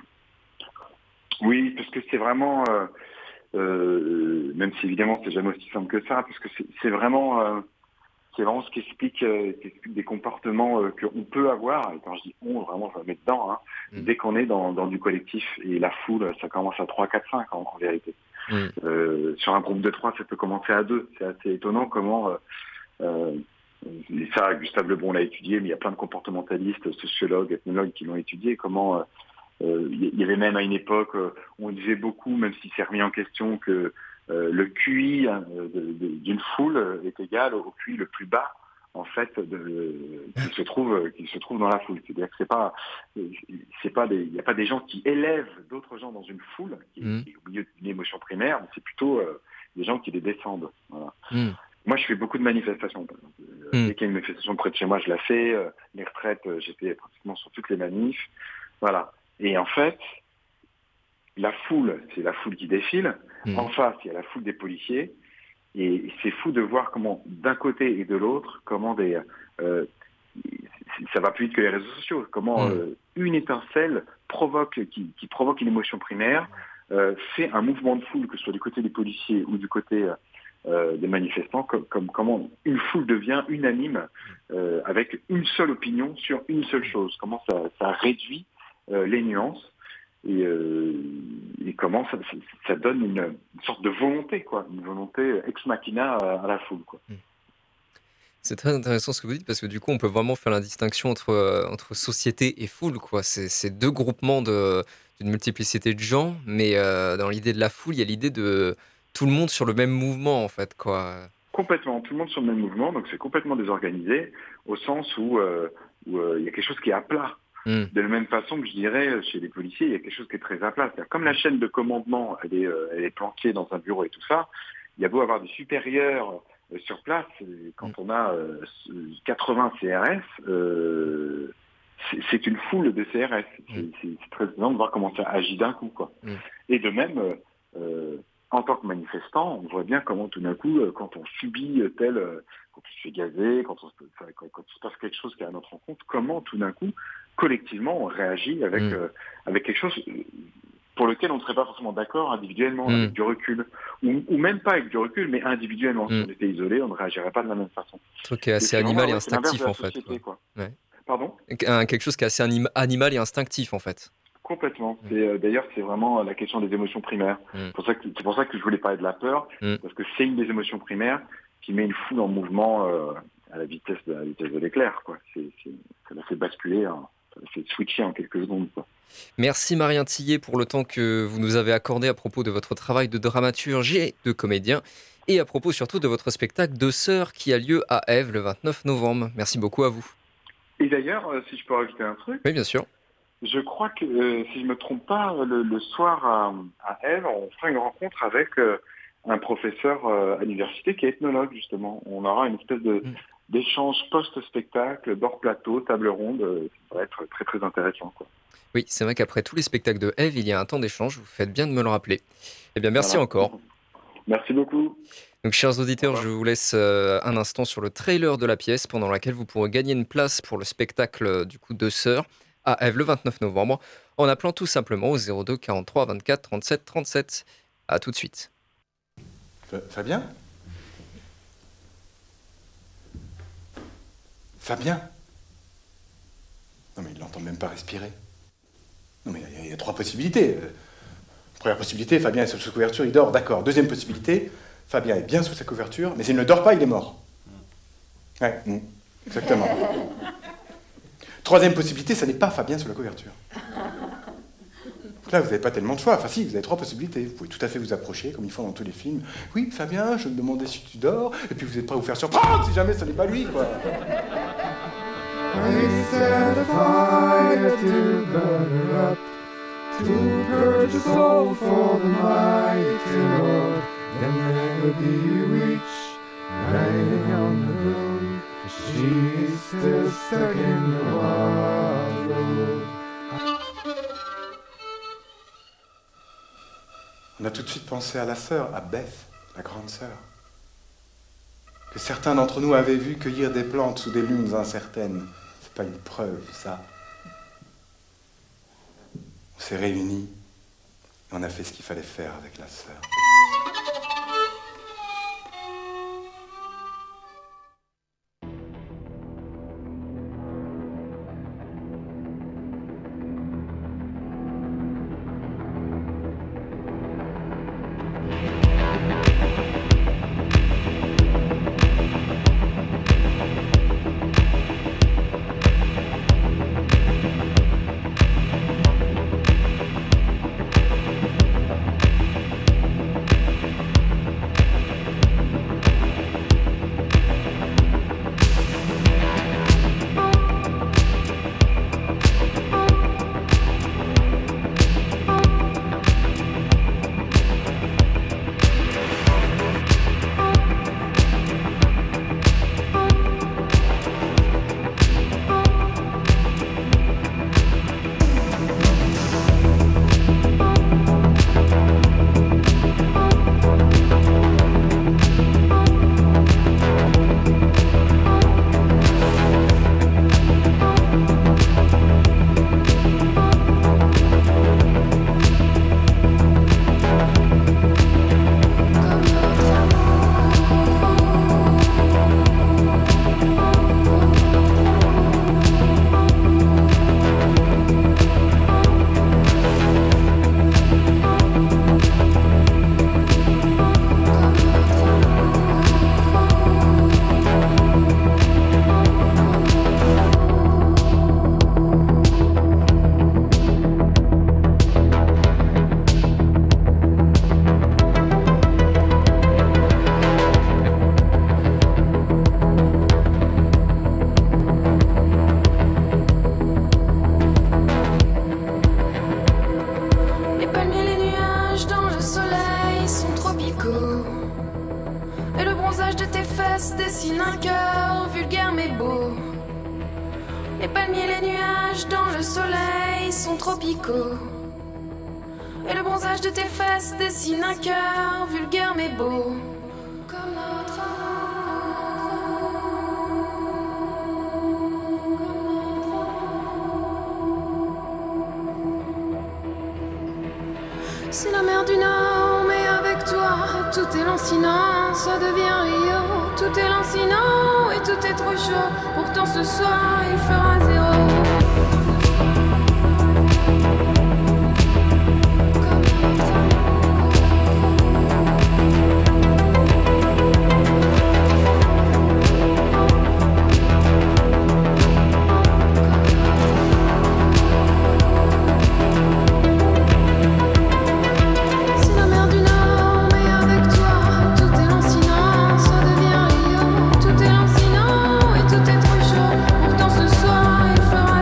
Oui, parce que c'est vraiment... Euh... Euh, même si évidemment c'est jamais aussi simple que ça, parce que c'est, c'est vraiment, euh, c'est vraiment ce qui explique, euh, qui explique des comportements euh, qu'on peut avoir. Et quand je dis on, vraiment, je me mets dedans. Hein, mmh. Dès qu'on est dans, dans du collectif et la foule, ça commence à trois, quatre, cinq en, en vérité. Mmh. Euh, sur un groupe de trois, ça peut commencer à deux. C'est assez étonnant comment. Euh, euh, et ça, Gustave Le Bon l'a étudié, mais il y a plein de comportementalistes, sociologues, ethnologues qui l'ont étudié. Comment euh, Euh, il y avait même à une époque euh, où on disait beaucoup, même si c'est remis en question, que euh, le Q I hein, de, de, d'une foule est égal au Q I le plus bas en fait de, qui se trouve qui se trouve dans la foule. C'est-à-dire que c'est pas c'est pas des il n'y a pas des gens qui élèvent d'autres gens dans une foule qui, mmh. qui est au milieu d'une émotion primaire, mais c'est plutôt euh, des gens qui les descendent. Voilà. Mmh. Moi, je fais beaucoup de manifestations. Par exemple. Mmh. Dès qu'il y a une manifestation près de chez moi, je la fais. Euh, les retraites, j'étais pratiquement sur toutes les manifs. Voilà. Et en fait, la foule, c'est la foule qui défile. Mmh. En face, il y a la foule des policiers. Et c'est fou de voir comment, d'un côté et de l'autre, comment des, euh, ça va plus vite que les réseaux sociaux. Comment mmh. euh, une étincelle provoque, qui, qui provoque une émotion primaire, euh, fait un mouvement de foule, que ce soit du côté des policiers ou du côté euh, des manifestants. Comme, comme comment une foule devient unanime euh, avec une seule opinion sur une seule chose. Comment ça, ça réduit Euh, les nuances et, euh, et comment ça, ça, ça donne une, une sorte de volonté, quoi, une volonté ex machina à, à la foule, quoi. C'est très intéressant ce que vous dites parce que du coup on peut vraiment faire la distinction entre, euh, entre société et foule, quoi. C'est, c'est deux groupements de, d'une multiplicité de gens, mais euh, dans l'idée de la foule, il y a l'idée de tout le monde sur le même mouvement en fait, quoi. Complètement, tout le monde sur le même mouvement, donc c'est complètement désorganisé au sens où euh, où euh, il y a quelque chose qui est à plat. Mmh. De la même façon que je dirais, chez les policiers, il y a quelque chose qui est très à plat. C'est-à-dire, comme la chaîne de commandement, elle est, euh, elle est planquée dans un bureau et tout ça, il y a beau avoir des supérieurs euh, sur place, quand mmh. on a euh, quatre-vingts C R S, euh, c'est, c'est une foule de C R S. Mmh. C'est, c'est, c'est très étonnant de voir comment ça agit d'un coup, quoi. Mmh. Et de même, euh, en tant que manifestant, on voit bien comment tout d'un coup, quand on subit tel... quand on se fait gazer, quand, on se, quand, quand il se passe quelque chose qui est à notre rencontre, comment tout d'un coup, collectivement, on réagit avec, mmh. euh, avec quelque chose pour lequel on ne serait pas forcément d'accord individuellement, mmh. avec du recul. Ou, ou même pas avec du recul, mais individuellement. Mmh. Si on était isolé, on ne réagirait pas de la même façon. Un truc qui est assez et animal et instinctif, en fait. Société, quoi. Ouais. Pardon ? Un, quelque chose qui est assez anim- animal et instinctif, en fait. Complètement. Mmh. C'est, euh, d'ailleurs, c'est vraiment la question des émotions primaires. Mmh. C'est pour ça que, c'est pour ça que je voulais parler de la peur, mmh. parce que c'est une des émotions primaires qui met une foule en mouvement euh, à la vitesse de, à la vitesse de l'éclair, quoi. C'est, c'est, ça la fait basculer, hein, ça la fait switcher en quelques secondes, quoi. Merci Marian Tillet pour le temps que vous nous avez accordé à propos de votre travail de dramaturge et de comédien, et à propos surtout de votre spectacle Deux Sœurs qui a lieu à Ève le vingt-neuf novembre. Merci beaucoup à vous. Et d'ailleurs, euh, si je peux rajouter un truc. Oui, bien sûr. Je crois que, euh, si je me trompe pas, le, le soir à, à Ève, on fera une rencontre avec euh, un professeur euh, à l'université qui est ethnologue, justement. On aura une espèce de, d'échanges post-spectacle, d'hors plateau, table ronde. euh, Ça va être très très intéressant, quoi. Oui, c'est vrai qu'après tous les spectacles de Ève, il y a un temps d'échange, vous faites bien de me le rappeler. Eh bien, merci Voilà. encore. Merci beaucoup. Donc, chers auditeurs, Au revoir. je vous laisse euh, un instant sur le trailer de la pièce pendant laquelle vous pourrez gagner une place pour le spectacle euh, du coup Deux Sœurs à Ève le vingt-neuf novembre en appelant tout simplement au zéro deux quarante-trois vingt-quatre trente-sept trente-sept. À tout de suite. Fa- Fabien Fabien Non mais il n'entend même pas respirer. Non mais il y, a- il y a trois possibilités. Euh, Première possibilité, Fabien est sous couverture, il dort, d'accord. Deuxième possibilité, Fabien est bien sous sa couverture, mais s'il ne dort pas, il est mort. Ouais, mm, exactement. Troisième possibilité, ça n'est pas Fabien sous la couverture. Donc là, vous n'avez pas tellement de choix. Enfin si, vous avez trois possibilités. Vous pouvez tout à fait vous approcher, comme ils font dans tous les films. Oui, Fabien, je me demandais si tu dors, et puis vous êtes prêt à vous faire surprendre si jamais ce n'est pas lui, quoi. I set a fire to burn her up, to purge a soul for the mighty Lord. Then there will be a witch riding on the broom, for she is still stuck in the wild road. On a tout de suite pensé à la sœur, à Beth, la grande sœur, que certains d'entre nous avaient vu cueillir des plantes sous des lunes incertaines. C'est pas une preuve, ça. On s'est réunis et on a fait ce qu'il fallait faire avec la sœur. dessine un cœur vulgaire mais beau. Les palmiers, les nuages dans le soleil sont tropicaux. Et le bronzage de tes fesses dessine un cœur vulgaire mais beau. Comme notre c'est la mer du Nord, mais avec toi, tout est lancinant, ça devient Rio. Tout est lancinant et tout est trop chaud. Pourtant ce soir, il fera zéro. Fera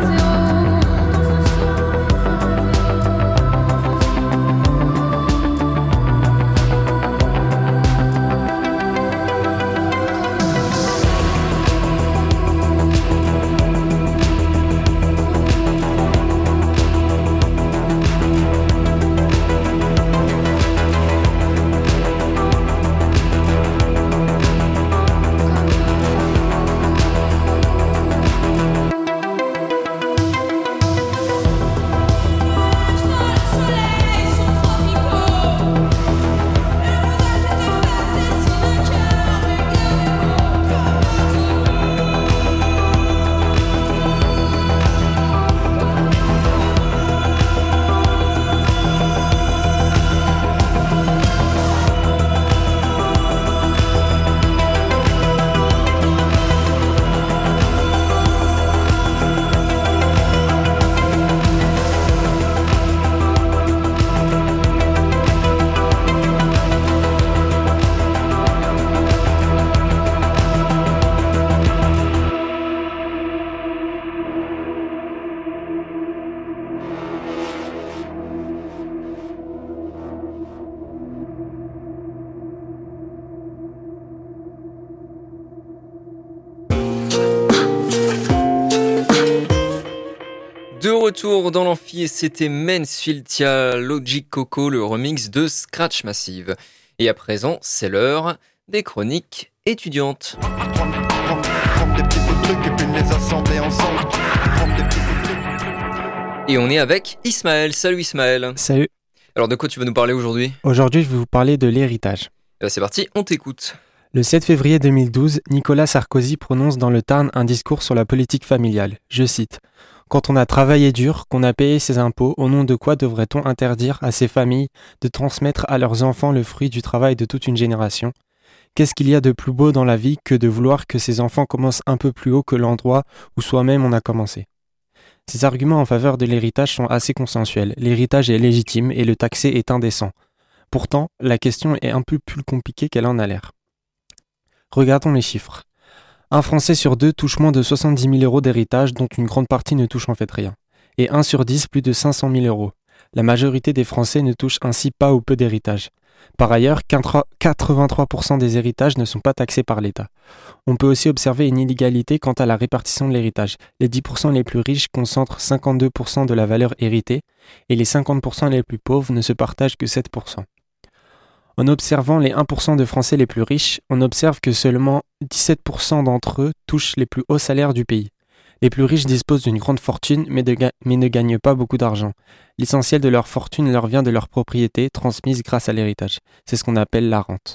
De retour dans l'amphi, et c'était Mansfield Tia Logic Coco, le remix de Scratch Massive. Et à présent, c'est l'heure des chroniques étudiantes. Et on est avec Ismaël. Salut Ismaël. Salut. Alors de quoi tu vas nous parler aujourd'hui ? Aujourd'hui, je vais vous parler de l'héritage. Et ben c'est parti, on t'écoute. Le sept février deux mille douze, Nicolas Sarkozy prononce dans le Tarn un discours sur la politique familiale. Je cite : « Quand on a travaillé dur, qu'on a payé ses impôts, au nom de quoi devrait-on interdire à ces familles de transmettre à leurs enfants le fruit du travail de toute une génération ? Qu'est-ce qu'il y a de plus beau dans la vie que de vouloir que ces enfants commencent un peu plus haut que l'endroit où soi-même on a commencé ? Ces arguments en faveur de l'héritage sont assez consensuels. L'héritage est légitime et le taxer est indécent. Pourtant, la question est un peu plus compliquée qu'elle en a l'air. Regardons les chiffres. Un Français sur deux touche moins de soixante-dix mille euros d'héritage, dont une grande partie ne touche en fait rien. Et un sur dix plus de cinq cent mille euros. La majorité des Français ne touchent ainsi pas ou peu d'héritage. Par ailleurs, quatre-vingt-trois pour cent des héritages ne sont pas taxés par l'État. On peut aussi observer une inégalité quant à la répartition de l'héritage. Les dix pour cent les plus riches concentrent cinquante-deux pour cent de la valeur héritée et les cinquante pour cent les plus pauvres ne se partagent que sept pour cent. En observant les un pour cent de Français les plus riches, on observe que seulement dix-sept pour cent d'entre eux touchent les plus hauts salaires du pays. Les plus riches disposent d'une grande fortune, mais, de ga- mais ne gagnent pas beaucoup d'argent. L'essentiel de leur fortune leur vient de leur propriété, transmise grâce à l'héritage. C'est ce qu'on appelle la rente.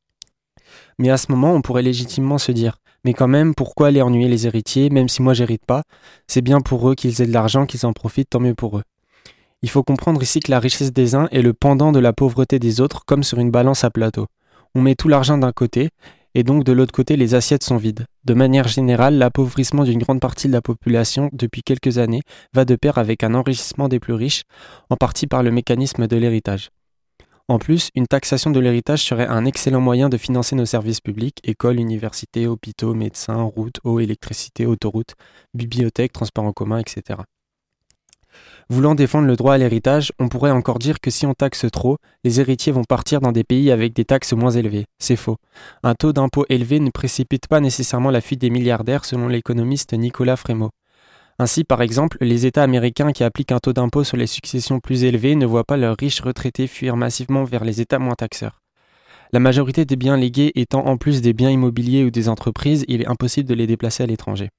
Mais à ce moment, on pourrait légitimement se dire « Mais quand même, pourquoi aller ennuyer les héritiers, même si moi j'hérite pas ? C'est bien pour eux qu'ils aient de l'argent, qu'ils en profitent, tant mieux pour eux. » Il faut comprendre ici que la richesse des uns est le pendant de la pauvreté des autres, comme sur une balance à plateau. On met tout l'argent d'un côté, et donc de l'autre côté, les assiettes sont vides. De manière générale, l'appauvrissement d'une grande partie de la population depuis quelques années va de pair avec un enrichissement des plus riches, en partie par le mécanisme de l'héritage. En plus, une taxation de l'héritage serait un excellent moyen de financer nos services publics, écoles, universités, hôpitaux, médecins, routes, eau, électricité, autoroutes, bibliothèques, transports en commun, et cetera. Voulant défendre le droit à l'héritage, on pourrait encore dire que si on taxe trop, les héritiers vont partir dans des pays avec des taxes moins élevées. C'est faux. Un taux d'impôt élevé ne précipite pas nécessairement la fuite des milliardaires selon l'économiste Nicolas Frémaux. Ainsi, par exemple, les États américains qui appliquent un taux d'impôt sur les successions plus élevé ne voient pas leurs riches retraités fuir massivement vers les États moins taxeurs. La majorité des biens légués étant en plus des biens immobiliers ou des entreprises, il est impossible de les déplacer à l'étranger.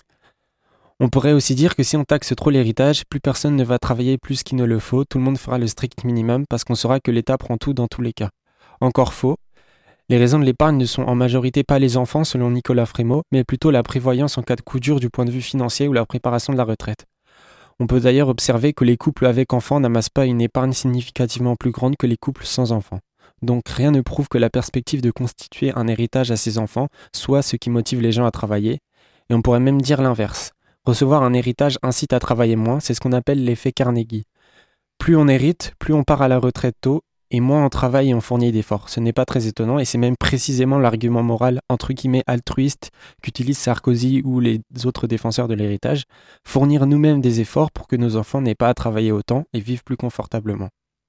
On pourrait aussi dire que si on taxe trop l'héritage, plus personne ne va travailler plus qu'il ne le faut, tout le monde fera le strict minimum parce qu'on saura que l'État prend tout dans tous les cas. Encore faux. Les raisons de l'épargne ne sont en majorité pas les enfants selon Nicolas Frémaux, mais plutôt la prévoyance en cas de coup dur du point de vue financier ou la préparation de la retraite. On peut d'ailleurs observer que les couples avec enfants n'amassent pas une épargne significativement plus grande que les couples sans enfants. Donc rien ne prouve que la perspective de constituer un héritage à ses enfants soit ce qui motive les gens à travailler, et on pourrait même dire l'inverse. Recevoir un héritage incite à travailler moins, c'est ce qu'on appelle l'effet Carnegie. Plus on hérite, plus on part à la retraite tôt, et moins on travaille et on fournit d'efforts. Ce n'est pas très étonnant, et c'est même précisément l'argument moral entre guillemets altruiste qu'utilisent Sarkozy ou les autres défenseurs de l'héritage, fournir nous-mêmes des efforts pour que nos enfants n'aient pas à travailler autant et vivent plus confortablement.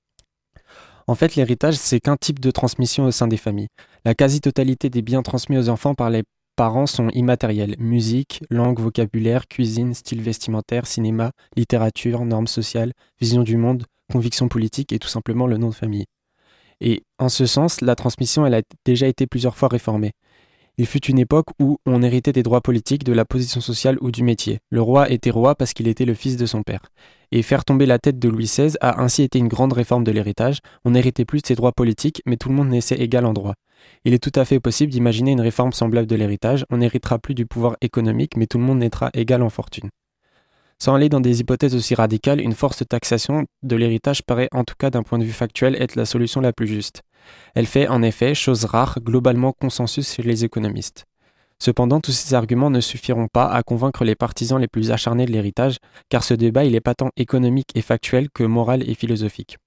En fait, l'héritage, c'est qu'un type de transmission au sein des familles. La quasi-totalité des biens transmis aux enfants par les parents sont immatériels. Musique, langue, vocabulaire, cuisine, style vestimentaire, cinéma, littérature, normes sociales, vision du monde, convictions politiques et tout simplement le nom de famille. Et en ce sens, la transmission elle a déjà été plusieurs fois réformée. Il fut une époque où on héritait des droits politiques, de la position sociale ou du métier. Le roi était roi parce qu'il était le fils de son père. Et faire tomber la tête de Louis seize a ainsi été une grande réforme de l'héritage. On n'héritait plus de ses droits politiques, mais tout le monde naissait égal en droit. Il est tout à fait possible d'imaginer une réforme semblable de l'héritage. On n'héritera plus du pouvoir économique, mais tout le monde naîtra égal en fortune. Sans aller dans des hypothèses aussi radicales, une forte taxation de l'héritage paraît, en tout cas d'un point de vue factuel, être la solution la plus juste. Elle fait, en effet, chose rare, globalement consensus chez les économistes. Cependant, tous ces arguments ne suffiront pas à convaincre les partisans les plus acharnés de l'héritage, car ce débat il est pas tant économique et factuel que moral et philosophique.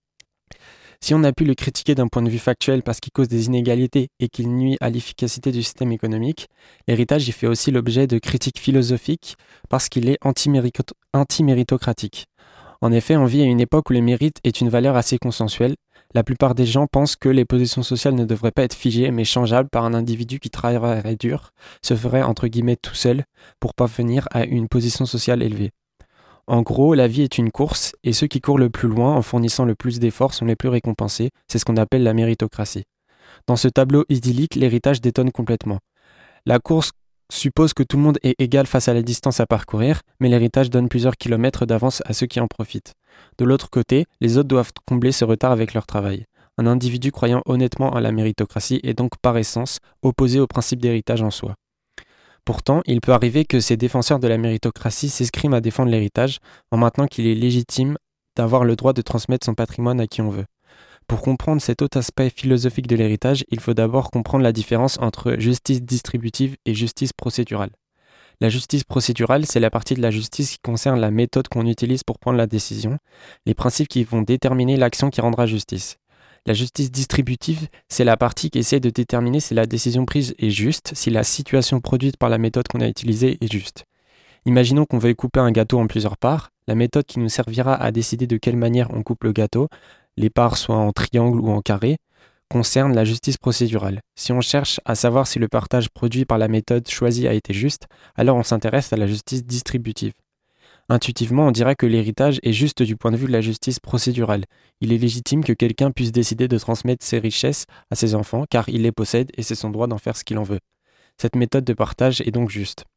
Si on a pu le critiquer d'un point de vue factuel parce qu'il cause des inégalités et qu'il nuit à l'efficacité du système économique, l'héritage y fait aussi l'objet de critiques philosophiques parce qu'il est anti-mérito- anti-méritocratique. En effet, on vit à une époque où le mérite est une valeur assez consensuelle. La plupart des gens pensent que les positions sociales ne devraient pas être figées mais changeables par un individu qui travaillerait dur, se ferait entre guillemets tout seul pour parvenir à une position sociale élevée. En gros, la vie est une course, et ceux qui courent le plus loin en fournissant le plus d'efforts sont les plus récompensés, c'est ce qu'on appelle la méritocratie. Dans ce tableau idyllique, l'héritage détonne complètement. La course suppose que tout le monde est égal face à la distance à parcourir, mais l'héritage donne plusieurs kilomètres d'avance à ceux qui en profitent. De l'autre côté, les autres doivent combler ce retard avec leur travail. Un individu croyant honnêtement à la méritocratie est donc par essence opposé au principe d'héritage en soi. Pourtant, il peut arriver que ces défenseurs de la méritocratie s'escriment à défendre l'héritage en maintenant qu'il est légitime d'avoir le droit de transmettre son patrimoine à qui on veut. Pour comprendre cet autre aspect philosophique de l'héritage, il faut d'abord comprendre la différence entre justice distributive et justice procédurale. La justice procédurale, c'est la partie de la justice qui concerne la méthode qu'on utilise pour prendre la décision, les principes qui vont déterminer l'action qui rendra justice. La justice distributive, c'est la partie qui essaie de déterminer si la décision prise est juste, si la situation produite par la méthode qu'on a utilisée est juste. Imaginons qu'on veuille couper un gâteau en plusieurs parts. La méthode qui nous servira à décider de quelle manière on coupe le gâteau, les parts soient en triangle ou en carré, concerne la justice procédurale. Si on cherche à savoir si le partage produit par la méthode choisie a été juste, alors on s'intéresse à la justice distributive. Intuitivement, on dirait que l'héritage est juste du point de vue de la justice procédurale. Il est légitime que quelqu'un puisse décider de transmettre ses richesses à ses enfants, car il les possède et c'est son droit d'en faire ce qu'il en veut. Cette méthode de partage est donc juste.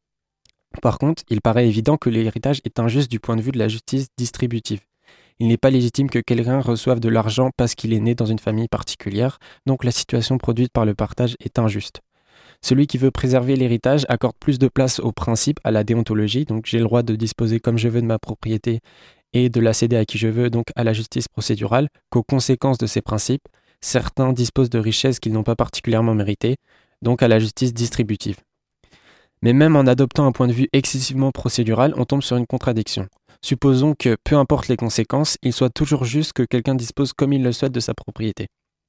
Par contre, il paraît évident que l'héritage est injuste du point de vue de la justice distributive. Il n'est pas légitime que quelqu'un reçoive de l'argent parce qu'il est né dans une famille particulière, donc la situation produite par le partage est injuste. Celui qui veut préserver l'héritage accorde plus de place au principe, à la déontologie, donc j'ai le droit de disposer comme je veux de ma propriété et de la céder à qui je veux, donc à la justice procédurale, qu'aux conséquences de ces principes, certains disposent de richesses qu'ils n'ont pas particulièrement méritées, donc à la justice distributive. Mais même en adoptant un point de vue excessivement procédural, on tombe sur une contradiction. Supposons que, peu importe les conséquences, il soit toujours juste que quelqu'un dispose comme il le souhaite de sa propriété.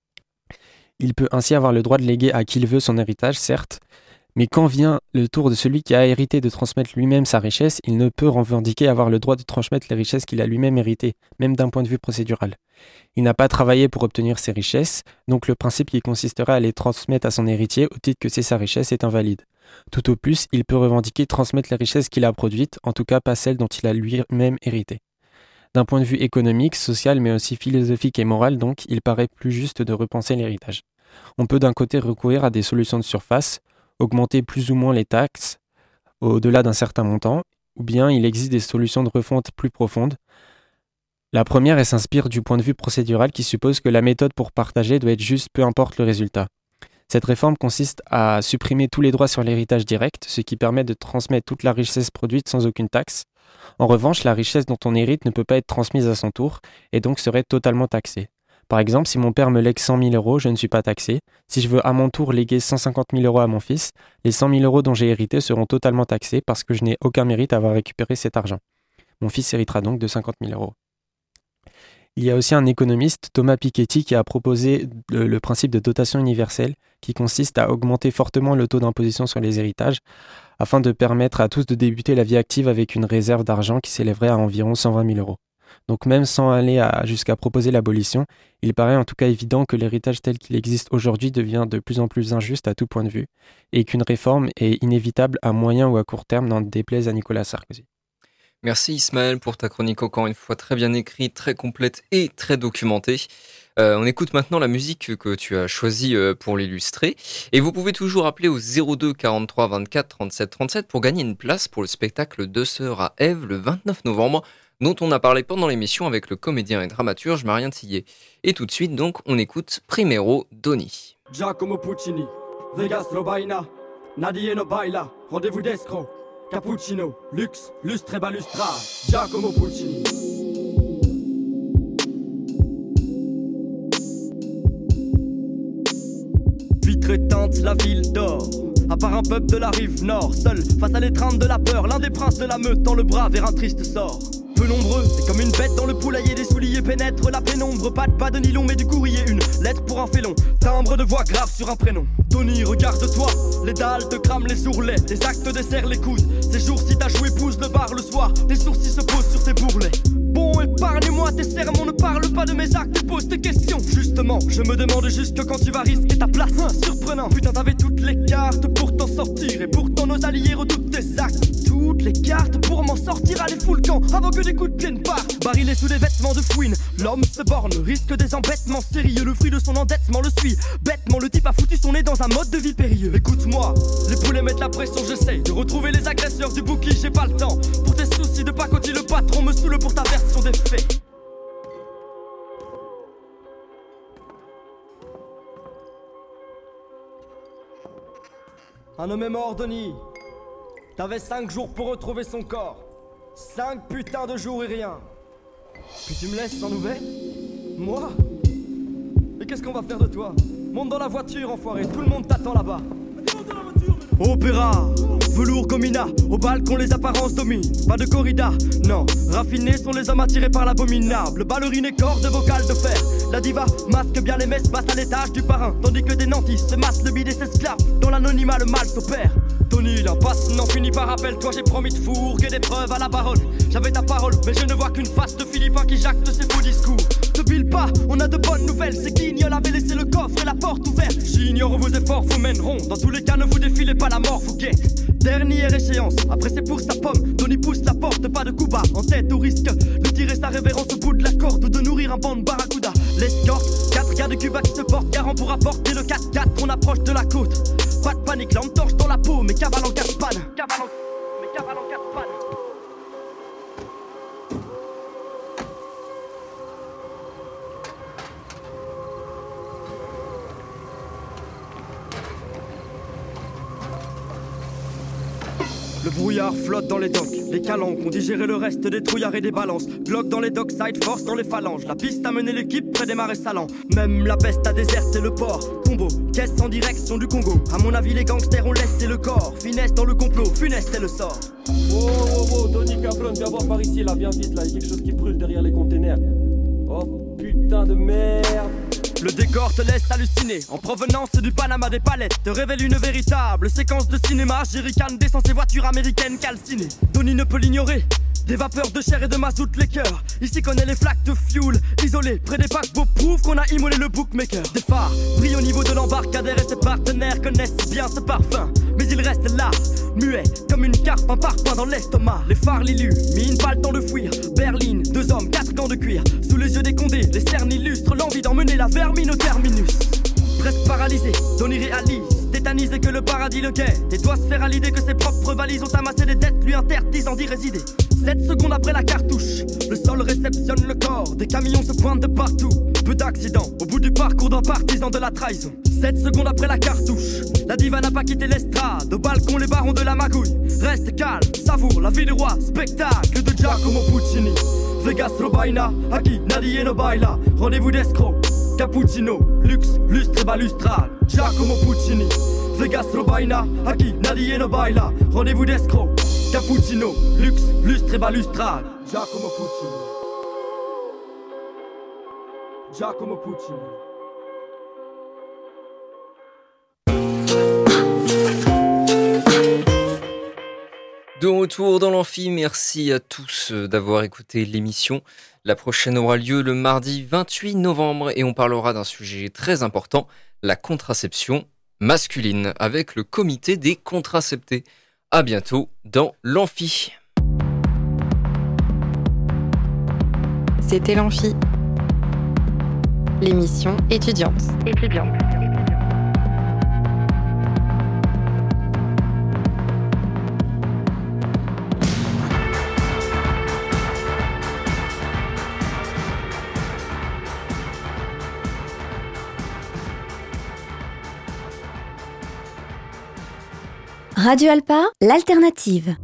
Il peut ainsi avoir le droit de léguer à qui il veut son héritage, certes, mais quand vient le tour de celui qui a hérité de transmettre lui-même sa richesse, il ne peut revendiquer avoir le droit de transmettre les richesses qu'il a lui-même héritées, même d'un point de vue procédural. Il n'a pas travaillé pour obtenir ces richesses, donc le principe qui consisterait à les transmettre à son héritier au titre que c'est sa richesse est invalide. Tout au plus, il peut revendiquer transmettre les richesses qu'il a produites, en tout cas pas celles dont il a lui-même hérité. D'un point de vue économique, social, mais aussi philosophique et moral, donc, il paraît plus juste de repenser l'héritage. On peut d'un côté recourir à des solutions de surface, augmenter plus ou moins les taxes au-delà d'un certain montant, ou bien il existe des solutions de refonte plus profondes. La première, elle s'inspire du point de vue procédural qui suppose que la méthode pour partager doit être juste peu importe le résultat. Cette réforme consiste à supprimer tous les droits sur l'héritage direct, ce qui permet de transmettre toute la richesse produite sans aucune taxe. En revanche, la richesse dont on hérite ne peut pas être transmise à son tour et donc serait totalement taxée. Par exemple, si mon père me lègue cent mille euros, je ne suis pas taxé. Si je veux à mon tour léguer cent cinquante mille euros à mon fils, les cent mille euros dont j'ai hérité seront totalement taxés parce que je n'ai aucun mérite à avoir récupéré cet argent. Mon fils héritera donc de cinquante mille euros. Il y a aussi un économiste, Thomas Piketty, qui a proposé le, le principe de dotation universelle, qui consiste à augmenter fortement le taux d'imposition sur les héritages, afin de permettre à tous de débuter la vie active avec une réserve d'argent qui s'élèverait à environ cent vingt mille euros. Donc même sans aller à, jusqu'à proposer l'abolition, il paraît en tout cas évident que l'héritage tel qu'il existe aujourd'hui devient de plus en plus injuste à tout point de vue, et qu'une réforme est inévitable à moyen ou à court terme, n'en déplaise à Nicolas Sarkozy. Merci Ismaël pour ta chronique encore une fois très bien écrite, très complète et très documentée. Euh, on écoute maintenant la musique que tu as choisie pour l'illustrer. Et vous pouvez toujours appeler au zéro deux quarante-trois vingt-quatre trente-sept trente-sept pour gagner une place pour le spectacle Deux Sœurs à Ève le vingt-neuf novembre, dont on a parlé pendant l'émission avec le comédien et dramaturge Marien Tillet. Et tout de suite donc, on écoute Primero Doni. Giacomo Puccini, Vegas lo baina, nadie no baila, rendez-vous d'escroc. Cappuccino, luxe, lustre et balustra, Giacomo Puccini. Vitre éteinte, la ville dort. À part un peuple de la rive nord, seul face à l'étreinte de la peur, l'un des princes de la meute tend le bras vers un triste sort. Peu nombreux, et comme une bête dans le poulailler, des souliers pénètrent la pénombre. Pas de pas de nylon, mais du courrier, une lettre pour un félon. Timbre de voix grave sur un prénom. Tony, regarde-toi, les dalles te crament les ourlets. Les actes desserrent les coudes. Ces jours-ci ta joue épouse le bar le soir. Les sourcils se posent sur tes bourrelets. Bon, épargne-moi tes sermons, ne parle pas de mes actes, pose tes questions. Justement, je me demande juste quand tu vas risquer ta place. Hein, surprenant, putain, t'avais toutes les cartes pour t'en sortir. Et pourtant nos alliés redoutent tes actes. Toutes les cartes pour m'en sortir, allez fout le camp avant que des coups de pied ne partent. Barilé sous des vêtements de fouine, l'homme se borne, risque des embêtements sérieux. Le fruit de son endettement le suit. Bêtement, le type a foutu son nez dans un mode de vie périlleux. Écoute-moi, les poulets mettent la pression, j'essaie de retrouver les agresseurs du bouquet, j'ai pas le temps. Pour tes soucis de pacotille, le patron me saoule pour ta version des faits. Un homme est mort, Denis. T'avais cinq jours pour retrouver son corps. Cinq putains de jours et rien. Puis tu me laisses sans nouvelles? Moi? Mais qu'est-ce qu'on va faire de toi? Monte dans la voiture, enfoiré, tout le monde t'attend là-bas. Opéra, velours gomina, au balcon les apparences dominent. Pas de corrida, non, raffinés sont les hommes attirés par l'abominable. Ballerine et cordes vocales de fer. La diva masque bien les messes, passe à l'étage du parrain. Tandis que des nantis se massent le bide et s'esclavent. Dans l'anonymat le mal s'opère. Tony, l'impasse n'en finit pas, rappelle-toi, j'ai promis de fourguer des preuves à la baronne. J'avais ta parole, mais je ne vois qu'une face de Philippin qui jacte ses faux discours. Te bile pas, on a de bonnes nouvelles, c'est qu'Ignol avait laissé le coffre et la porte ouverte. J'ignore où vos efforts vous mèneront, dans tous les cas ne vous défilez pas, la mort vous guette. Dernière échéance, après c'est pour sa pomme. Tony pousse la porte, pas de coup bas, en tête au risque de tirer sa révérence au bout de la corde ou de nourrir un banc de barracuda. L'escorte, quatre gars de Cuba qui se portent, garant pour apporter le quatre quatre, on approche de la côte. Pas de panique, lampe torche dans la peau, mais cavale en quatre pannes. Cavale en... mais cavale en quatre pannes. Le brouillard flotte dans les docks, les calanques ont digéré le reste des trouillards et des balances. Glock dans les docksides, force dans les phalanges. La piste a mené l'équipe près des marais salants. Même la peste a déserté le port. Combo, caisse en direction du Congo. À mon avis les gangsters ont laissé le corps. Finesse dans le complot, funeste est le sort. Oh oh oh, Tony Capron, viens voir par ici là, viens vite là, il y a quelque chose qui brûle derrière les containers. Oh putain de merde. Le décor te laisse halluciner. En provenance du Panama des palettes te révèle une véritable séquence de cinéma. Jerrycan descend ces voitures américaines calcinées. Tony ne peut l'ignorer. Des vapeurs de chair et de mazout les cœurs. Ici connaît les flaques de fuel isolées près des paquebots prouvent qu'on a immolé le bookmaker. Des phares brillent au niveau de l'embarcadère et ses partenaires connaissent bien ce parfum. Mais il reste là, muet comme une carpe, un parpaing dans l'estomac. Les phares l'illuminent, pas le temps de fuir. Berline, deux hommes, quatre gants de cuir. Sous les yeux des condés, les cernes illustrent l'envie d'emmener la vermine au terminus. Presque paralysé, Tony réalise, tétanisé que le paradis le guette. Et doit se faire à l'idée que ses propres valises ont amassé des dettes lui interdisant d'y résider. Sept secondes après la cartouche, le sol réceptionne le corps. Des camions se pointent de partout. Peu d'accidents au bout du parcours d'un partisan de la trahison. Sept secondes après la cartouche, la diva n'a pas quitté l'estrade. Au balcon les barons de la magouille. Reste calme, savoure la vie du roi. Spectacle de Giacomo Puccini. Vegas Robaina, Aki, Nadie no baila. Rendez-vous d'escrocs, cappuccino, luxe, lustre et balustrade. Giacomo Puccini. Vegas Robaina, Aki, Nadie no baila. Rendez-vous d'escrocs, cappuccino, luxe, lustre et balustrade. Giacomo Puccini. Giacomo Puccini. De retour dans l'amphi, merci à tous d'avoir écouté l'émission. La prochaine aura lieu le mardi vingt-huit novembre et on parlera d'un sujet très important, la contraception masculine, avec le comité des contraceptés. À bientôt dans l'amphi. C'était l'amphi, l'émission étudiante. Étudiante. Radio Alpa, l'alternative.